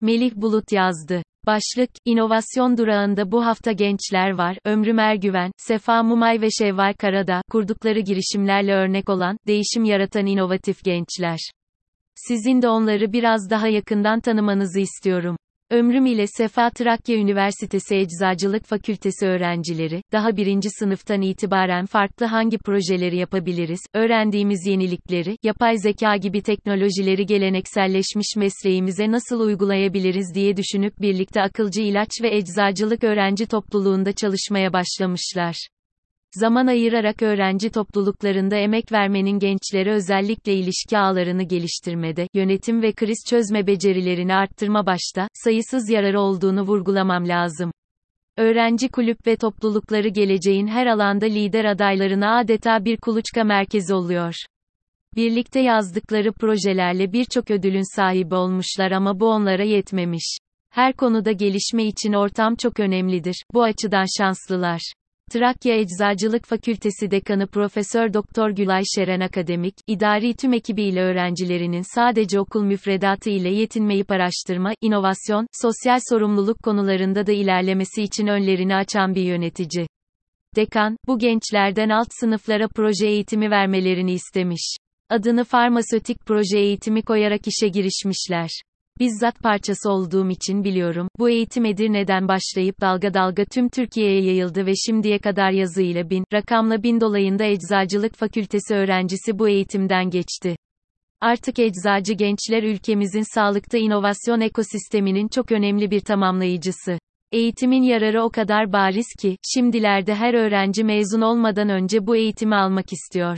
Melih Bulut yazdı. Başlık, İnovasyon Durağı'nda bu hafta gençler var. Ömrüm Ergüven, Sefa Mumay ve Şevval Karadağ, kurdukları girişimlerle örnek olan, değişim yaratan inovatif gençler. Sizin de onları biraz daha yakından tanımanızı istiyorum. Ömrüm ile Sefa Trakya Üniversitesi Eczacılık Fakültesi öğrencileri, daha birinci sınıftan itibaren farklı hangi projeleri yapabiliriz, öğrendiğimiz yenilikleri, yapay zeka gibi teknolojileri gelenekselleşmiş mesleğimize nasıl uygulayabiliriz diye düşünüp birlikte akılcı ilaç ve eczacılık öğrenci topluluğunda çalışmaya başlamışlar. Zaman ayırarak öğrenci topluluklarında emek vermenin gençlere özellikle ilişki ağlarını geliştirmede, yönetim ve kriz çözme becerilerini arttırma başta, sayısız yararı olduğunu vurgulamam lazım. Öğrenci kulüp ve toplulukları geleceğin her alanda lider adaylarına adeta bir kuluçka merkezi oluyor. Birlikte yazdıkları projelerle birçok ödülün sahibi olmuşlar ama bu onlara yetmemiş. Her konuda gelişme için ortam çok önemlidir, bu açıdan şanslılar. Trakya Eczacılık Fakültesi Dekanı Profesör Doktor Gülay Şeren akademik, idari tüm ekibiyle öğrencilerinin sadece okul müfredatı ile yetinmeyip araştırma, inovasyon, sosyal sorumluluk konularında da ilerlemesi için önlerini açan bir yönetici. Dekan, bu gençlerden alt sınıflara proje eğitimi vermelerini istemiş. Adını farmasötik proje eğitimi koyarak işe girişmişler. Bizzat parçası olduğum için biliyorum, bu eğitim Edirne'den başlayıp dalga dalga tüm Türkiye'ye yayıldı ve şimdiye kadar yazıyla 1000, rakamla 1000 dolayında Eczacılık Fakültesi öğrencisi bu eğitimden geçti. Artık eczacı gençler ülkemizin sağlıkta inovasyon ekosisteminin çok önemli bir tamamlayıcısı. Eğitimin yararı o kadar bariz ki, şimdilerde her öğrenci mezun olmadan önce bu eğitimi almak istiyor.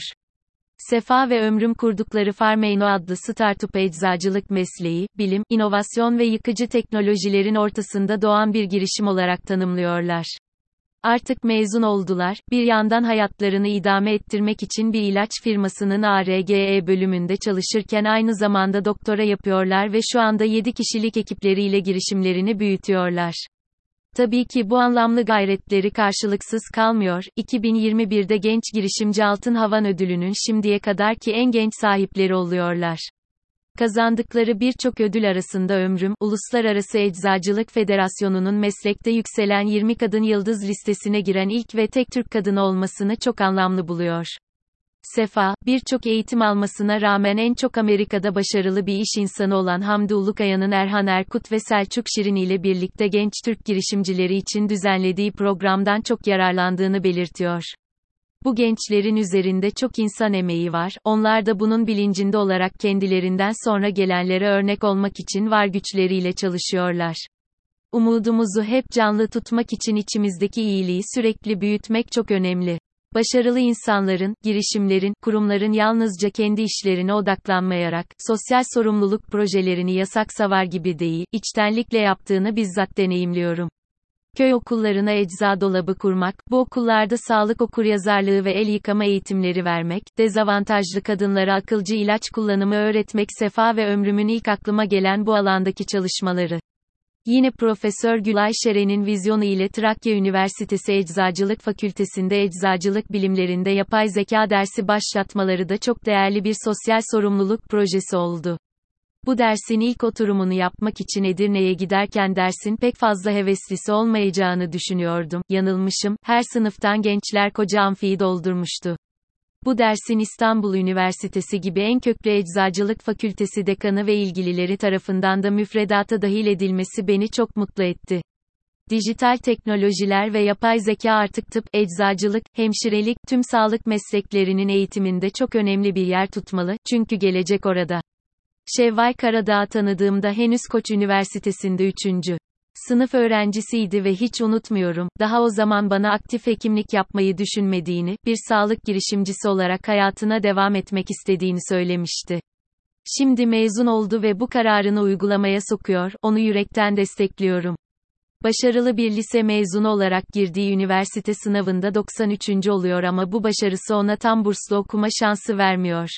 Sefa ve Ömrüm kurdukları Farmeyno adlı startup eczacılık mesleği, bilim, inovasyon ve yıkıcı teknolojilerin ortasında doğan bir girişim olarak tanımlıyorlar. Artık mezun oldular, bir yandan hayatlarını idame ettirmek için bir ilaç firmasının Ar-Ge bölümünde çalışırken aynı zamanda doktora yapıyorlar ve şu anda 7 kişilik ekipleriyle girişimlerini büyütüyorlar. Tabii ki bu anlamlı gayretleri karşılıksız kalmıyor. 2021'de Genç Girişimci Altın Havan Ödülü'nün şimdiye kadarki en genç sahipleri oluyorlar. Kazandıkları birçok ödül arasında Ömrüm, Uluslararası Eczacılık Federasyonu'nun meslekte yükselen 20 kadın yıldız listesine giren ilk ve tek Türk kadını olmasını çok anlamlı buluyor. Sefa, birçok eğitim almasına rağmen en çok Amerika'da başarılı bir iş insanı olan Hamdi Ulukaya'nın Erhan Erkut ve Selçuk Şirin ile birlikte genç Türk girişimcileri için düzenlediği programdan çok yararlandığını belirtiyor. Bu gençlerin üzerinde çok insan emeği var, onlar da bunun bilincinde olarak kendilerinden sonra gelenlere örnek olmak için var güçleriyle çalışıyorlar. Umudumuzu hep canlı tutmak için içimizdeki iyiliği sürekli büyütmek çok önemli. Başarılı insanların, girişimlerin, kurumların yalnızca kendi işlerine odaklanmayarak, sosyal sorumluluk projelerini yasak savar gibi değil, içtenlikle yaptığını bizzat deneyimliyorum. Köy okullarına ecza dolabı kurmak, bu okullarda sağlık okuryazarlığı ve el yıkama eğitimleri vermek, dezavantajlı kadınlara akılcı ilaç kullanımı öğretmek Sefa ve Ömrüm'ün ilk aklıma gelen bu alandaki çalışmaları. Yine Profesör Gülay Şeren'in vizyonu ile Trakya Üniversitesi Eczacılık Fakültesi'nde eczacılık bilimlerinde yapay zeka dersi başlatmaları da çok değerli bir sosyal sorumluluk projesi oldu. Bu dersin ilk oturumunu yapmak için Edirne'ye giderken dersin pek fazla heveslisi olmayacağını düşünüyordum. Yanılmışım, her sınıftan gençler koca amfiyi doldurmuştu. Bu dersin İstanbul Üniversitesi gibi en köklü Eczacılık Fakültesi dekanı ve ilgilileri tarafından da müfredata dahil edilmesi beni çok mutlu etti. Dijital teknolojiler ve yapay zeka artık tıp, eczacılık, hemşirelik, tüm sağlık mesleklerinin eğitiminde çok önemli bir yer tutmalı, çünkü gelecek orada. Şevval Karadağ'ı tanıdığımda henüz Koç Üniversitesi'nde 3. sınıf öğrencisiydi ve hiç unutmuyorum, daha o zaman bana aktif hekimlik yapmayı düşünmediğini, bir sağlık girişimcisi olarak hayatına devam etmek istediğini söylemişti. Şimdi mezun oldu ve bu kararını uygulamaya sokuyor, onu yürekten destekliyorum. Başarılı bir lise mezunu olarak girdiği üniversite sınavında 93. oluyor ama bu başarısı ona tam burslu okuma şansı vermiyor.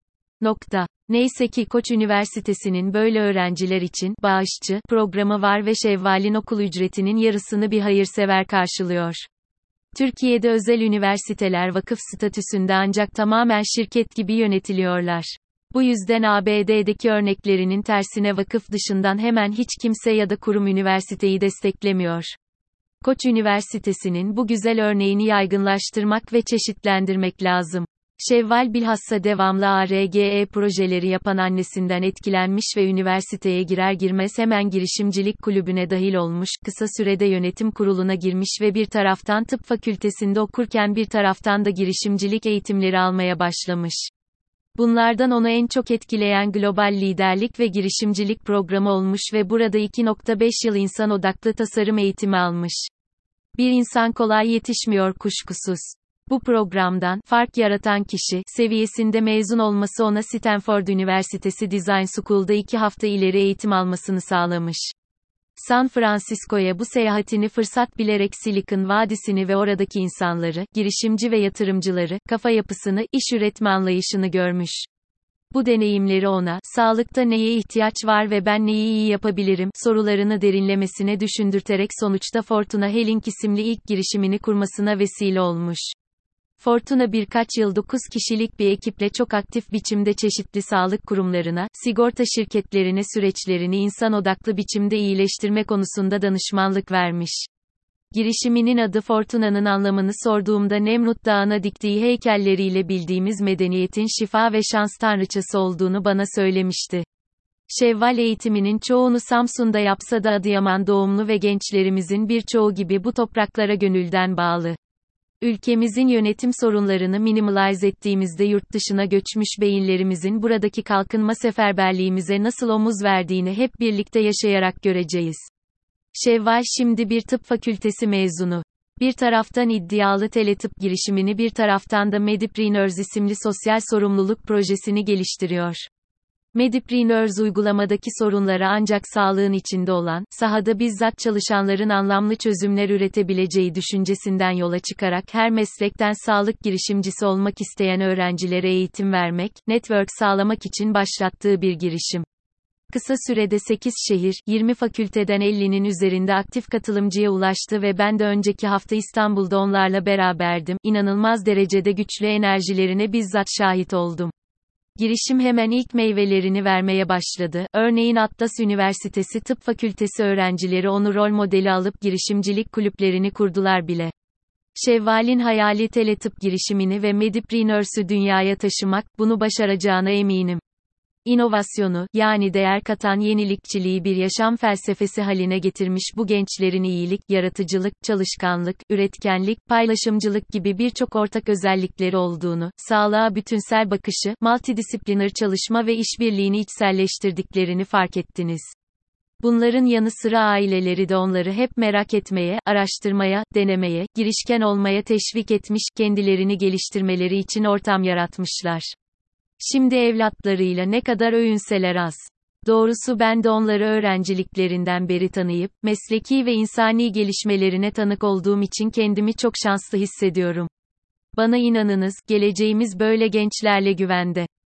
Neyse ki Koç Üniversitesi'nin böyle öğrenciler için bağışçı programı var ve Şevval'in okul ücretinin yarısını bir hayırsever karşılıyor. Türkiye'de özel üniversiteler vakıf statüsünde ancak tamamen şirket gibi yönetiliyorlar. Bu yüzden ABD'deki örneklerinin tersine vakıf dışından hemen hiç kimse ya da kurum üniversiteyi desteklemiyor. Koç Üniversitesi'nin bu güzel örneğini yaygınlaştırmak ve çeşitlendirmek lazım. Şevval bilhassa devamlı ARGE projeleri yapan annesinden etkilenmiş ve üniversiteye girer girmez hemen girişimcilik kulübüne dahil olmuş, kısa sürede yönetim kuruluna girmiş ve bir taraftan tıp fakültesinde okurken bir taraftan da girişimcilik eğitimleri almaya başlamış. Bunlardan onu en çok etkileyen global liderlik ve girişimcilik programı olmuş ve burada 2,5 yıl insan odaklı tasarım eğitimi almış. Bir insan kolay yetişmiyor kuşkusuz. Bu programdan fark yaratan kişi seviyesinde mezun olması ona Stanford Üniversitesi Design School'da 2 hafta ileri eğitim almasını sağlamış. San Francisco'ya bu seyahatini fırsat bilerek Silikon Vadisi'ni ve oradaki insanları, girişimci ve yatırımcıları, kafa yapısını, iş üretme anlayışını görmüş. Bu deneyimleri ona, sağlıkta neye ihtiyaç var ve ben neyi iyi yapabilirim, sorularını derinlemesine düşündürterek sonuçta Fortuna Health isimli ilk girişimini kurmasına vesile olmuş. Fortuna birkaç yıl 9 kişilik bir ekiple çok aktif biçimde çeşitli sağlık kurumlarına, sigorta şirketlerine süreçlerini insan odaklı biçimde iyileştirme konusunda danışmanlık vermiş. Girişiminin adı Fortuna'nın anlamını sorduğumda Nemrut Dağı'na diktiği heykelleriyle bildiğimiz medeniyetin şifa ve şans tanrıçası olduğunu bana söylemişti. Şevval eğitiminin çoğunu Samsun'da yapsa da Adıyaman doğumlu ve gençlerimizin birçoğu gibi bu topraklara gönülden bağlı. Ülkemizin yönetim sorunlarını minimalize ettiğimizde yurt dışına göçmüş beyinlerimizin buradaki kalkınma seferberliğimize nasıl omuz verdiğini hep birlikte yaşayarak göreceğiz. Şevval şimdi bir tıp fakültesi mezunu. Bir taraftan iddialı teletıp girişimini bir taraftan da Medipreneurs isimli sosyal sorumluluk projesini geliştiriyor. Medipreneurs uygulamadaki sorunlara ancak sağlığın içinde olan, sahada bizzat çalışanların anlamlı çözümler üretebileceği düşüncesinden yola çıkarak her meslekten sağlık girişimcisi olmak isteyen öğrencilere eğitim vermek, network sağlamak için başlattığı bir girişim. Kısa sürede 8 şehir, 20 fakülteden 50'nin üzerinde aktif katılımcıya ulaştı ve ben de önceki hafta İstanbul'da onlarla beraberdim, İnanılmaz derecede güçlü enerjilerine bizzat şahit oldum. Girişim hemen ilk meyvelerini vermeye başladı. Örneğin Atlas Üniversitesi Tıp Fakültesi öğrencileri onu rol modeli alıp girişimcilik kulüplerini kurdular bile. Şevval'in hayali teletıp girişimini ve Medipreneurs'ü dünyaya taşımak, bunu başaracağına eminim. İnovasyonu, yani değer katan yenilikçiliği bir yaşam felsefesi haline getirmiş bu gençlerin iyilik, yaratıcılık, çalışkanlık, üretkenlik, paylaşımcılık gibi birçok ortak özellikleri olduğunu, sağlığa bütünsel bakışı, multidisipliner çalışma ve işbirliğini içselleştirdiklerini fark ettiniz. Bunların yanı sıra aileleri de onları hep merak etmeye, araştırmaya, denemeye, girişken olmaya teşvik etmiş, kendilerini geliştirmeleri için ortam yaratmışlar. Şimdi evlatlarıyla ne kadar övünseler az. Doğrusu ben de onları öğrenciliklerinden beri tanıyıp, mesleki ve insani gelişmelerine tanık olduğum için kendimi çok şanslı hissediyorum. Bana inanınız, geleceğimiz böyle gençlerle güvende.